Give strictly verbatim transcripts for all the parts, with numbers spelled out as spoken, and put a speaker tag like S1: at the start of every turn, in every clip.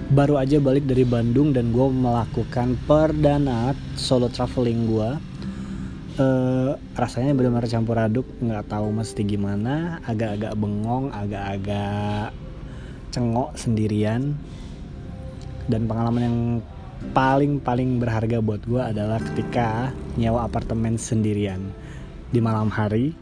S1: baru aja balik dari Bandung dan gue melakukan perdana solo traveling gue. Uh, rasanya benar-benar campur aduk, nggak tahu mesti gimana, agak-agak bengong, agak-agak cengok sendirian. Dan pengalaman yang paling-paling berharga buat gue adalah ketika nyewa apartemen sendirian di malam hari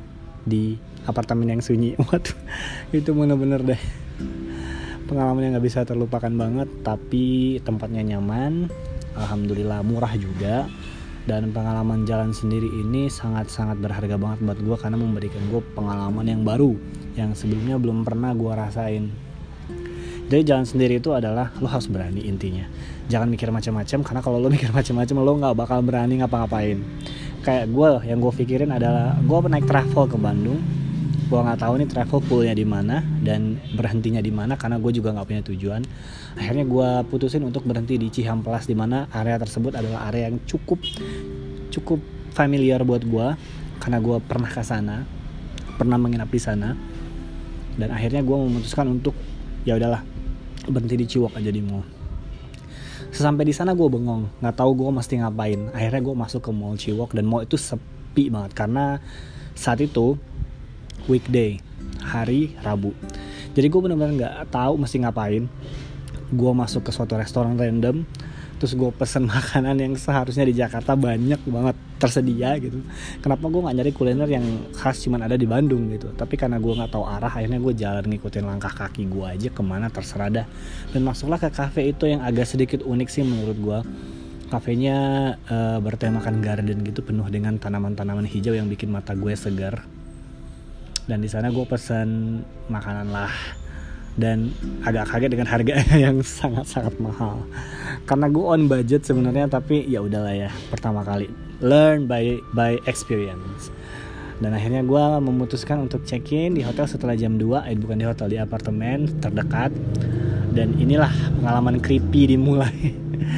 S1: di apartemen yang sunyi. Waduh, itu bener-bener deh pengalaman yang nggak bisa terlupakan banget. Tapi tempatnya nyaman, alhamdulillah murah juga. Dan pengalaman jalan sendiri ini sangat-sangat berharga banget buat gue karena memberikan gue pengalaman yang baru yang sebelumnya belum pernah gue rasain. Jadi jalan sendiri itu adalah lo harus berani intinya. Jangan mikir macam-macam, karena kalau lo mikir macam-macam lo nggak bakal berani ngapa-ngapain. Kayak gue, yang gue pikirin adalah gue naik travel ke Bandung. Gue nggak tahu nih travel poolnya di mana dan berhentinya di mana karena gue juga nggak punya tujuan. Akhirnya gue putusin untuk berhenti di Cihampelas, di mana area tersebut adalah area yang cukup cukup familiar buat gue karena gue pernah ke sana, pernah menginap di sana. Dan akhirnya gue memutuskan untuk ya udahlah berhenti di Ciwok aja di mall. Sesampai di sana gue bengong, nggak tahu gue mesti ngapain. Akhirnya gue masuk ke mall Ciwok dan mall itu sepi banget karena saat itu weekday, hari Rabu. Jadi gue benar-benar nggak tahu mesti ngapain. Gue masuk ke suatu restoran random, terus gue pesen makanan yang seharusnya di Jakarta banyak banget tersedia gitu. Kenapa gue nggak nyari kuliner yang khas cuman ada di Bandung gitu? Tapi karena gue nggak tahu arah, akhirnya gue jalan ngikutin langkah kaki gue aja kemana terserah dah. Dan masuklah ke cafe itu yang agak sedikit unik sih menurut gue. Kafenya uh, bertemakan garden gitu, penuh dengan tanaman-tanaman hijau yang bikin mata gue segar. Dan di sana gue pesan makanan lah, dan agak kaget dengan harganya yang sangat-sangat mahal. Karena gue on budget sebenarnya, tapi ya udahlah ya, pertama kali learn by by experience. Dan akhirnya gue memutuskan untuk check in di hotel setelah jam dua, eh bukan di hotel, di apartemen terdekat. Dan inilah pengalaman creepy dimulai.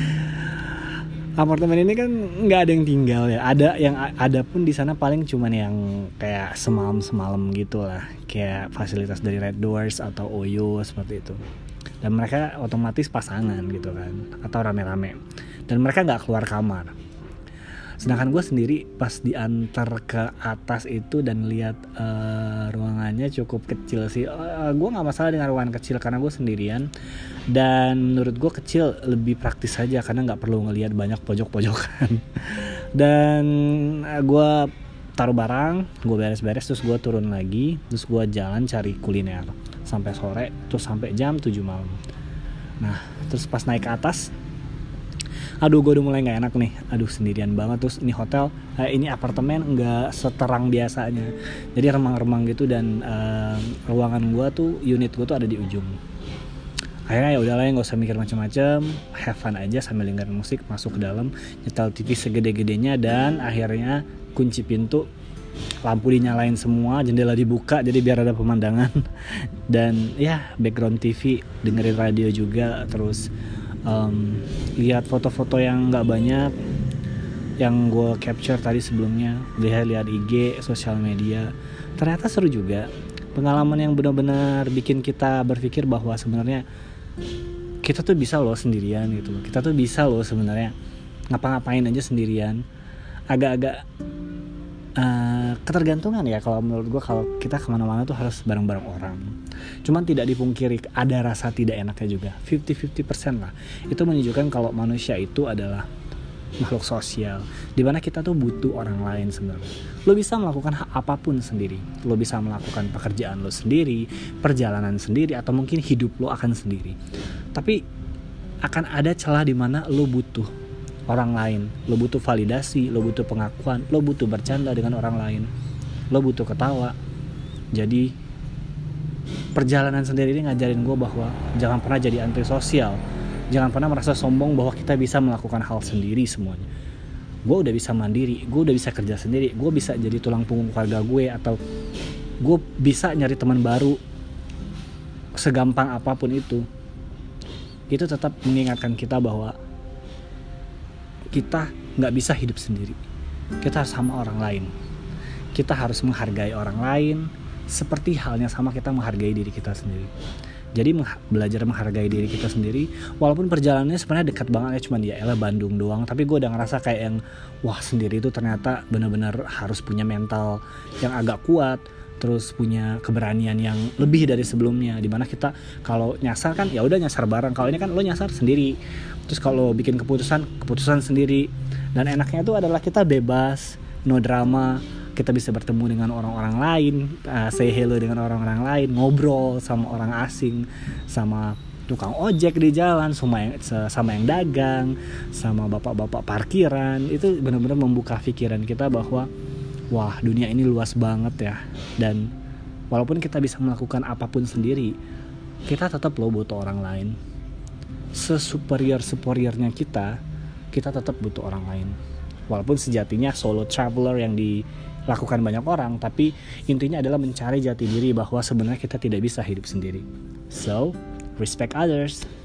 S1: Apartemen ini kan nggak ada yang tinggal ya, ada yang ada pun di sana paling cuman yang kayak semalam-semalam gitu lah, kayak fasilitas dari Red Doors atau Oyo seperti itu. Dan mereka otomatis pasangan gitu kan, atau rame-rame. Dan mereka nggak keluar kamar. Sedangkan gue sendiri pas diantar ke atas itu dan lihat uh, ruangannya cukup kecil sih. Uh, gue nggak masalah dengan ruangan kecil karena gue sendirian. Dan menurut gue kecil lebih praktis saja karena nggak perlu ngelihat banyak pojok-pojokan. Dan uh, gue taruh barang, gue beres-beres, terus gue turun lagi, terus gue jalan cari kuliner sampai sore, terus sampai jam tujuh malam. Nah, terus pas naik ke atas, aduh gue udah mulai gak enak nih, aduh sendirian banget. Terus ini hotel, eh, ini apartemen gak seterang biasanya, jadi remang-remang gitu. Dan uh, ruangan gue tuh, unit gue tuh ada di ujung. Akhirnya ya udahlah ya, gak usah mikir macam-macam, have fun aja sambil dengerin musik, masuk ke dalam, nyetel T V segede-gedenya. Dan akhirnya kunci pintu, lampu dinyalain semua, jendela dibuka jadi biar ada pemandangan. Dan ya background T V, dengerin radio juga. Terus Um, lihat foto-foto yang nggak banyak yang gue capture tadi sebelumnya, lihat-lihat I G, sosial media. Ternyata seru juga, pengalaman yang benar-benar bikin kita berpikir bahwa sebenarnya kita tuh bisa loh sendirian gitu. Kita tuh bisa loh sebenarnya ngapa-ngapain aja sendirian. Agak-agak uh, ketergantungan ya kalau menurut gue, kalau kita kemana-mana tuh harus bareng-bareng orang. Cuman tidak dipungkiri ada rasa tidak enaknya juga, lima puluh lima puluh persen lah. Itu menunjukkan kalau manusia itu adalah makhluk sosial, dimana kita tuh butuh orang lain sebenarnya. Lo bisa melakukan apapun sendiri, lo bisa melakukan pekerjaan lo sendiri, perjalanan sendiri, atau mungkin hidup lo akan sendiri. Tapi akan ada celah dimana lo butuh orang lain, lo butuh validasi, lo butuh pengakuan, lo butuh bercanda dengan orang lain, lo butuh ketawa. Jadi perjalanan sendiri ini ngajarin gue bahwa jangan pernah jadi antisosial, jangan pernah merasa sombong bahwa kita bisa melakukan hal sendiri semuanya. Gue udah bisa mandiri, gue udah bisa kerja sendiri, gue bisa jadi tulang punggung keluarga gue, atau gue bisa nyari teman baru. Segampang apapun itu, itu tetap mengingatkan kita bahwa kita nggak bisa hidup sendiri. Kita harus sama orang lain. Kita harus menghargai orang lain seperti halnya sama kita menghargai diri kita sendiri. Jadi meng- belajar menghargai diri kita sendiri. Walaupun perjalanannya sebenarnya dekat banget ya, cuman ya elah Bandung doang. Tapi gue udah ngerasa kayak yang wah sendiri itu ternyata benar-benar harus punya mental yang agak kuat. Terus punya keberanian yang lebih dari sebelumnya. Dimana kita kalau nyasar kan ya udah nyasar bareng. Kalau ini kan lo nyasar sendiri. Terus kalau bikin keputusan, keputusan sendiri. Dan enaknya itu adalah kita bebas, no drama. Kita bisa bertemu dengan orang-orang lain, uh, say hello dengan orang-orang lain, ngobrol sama orang asing, sama tukang ojek di jalan, sama yang, sama yang dagang, sama bapak-bapak parkiran. Itu benar-benar membuka pikiran kita bahwa wah dunia ini luas banget ya. Dan walaupun kita bisa melakukan apapun sendiri, kita tetap loh butuh orang lain. Sesuperior-superiornya kita, kita tetap butuh orang lain. Walaupun sejatinya solo traveler yang dilakukan banyak orang, tapi intinya adalah mencari jati diri bahwa sebenarnya kita tidak bisa hidup sendiri. So, respect others.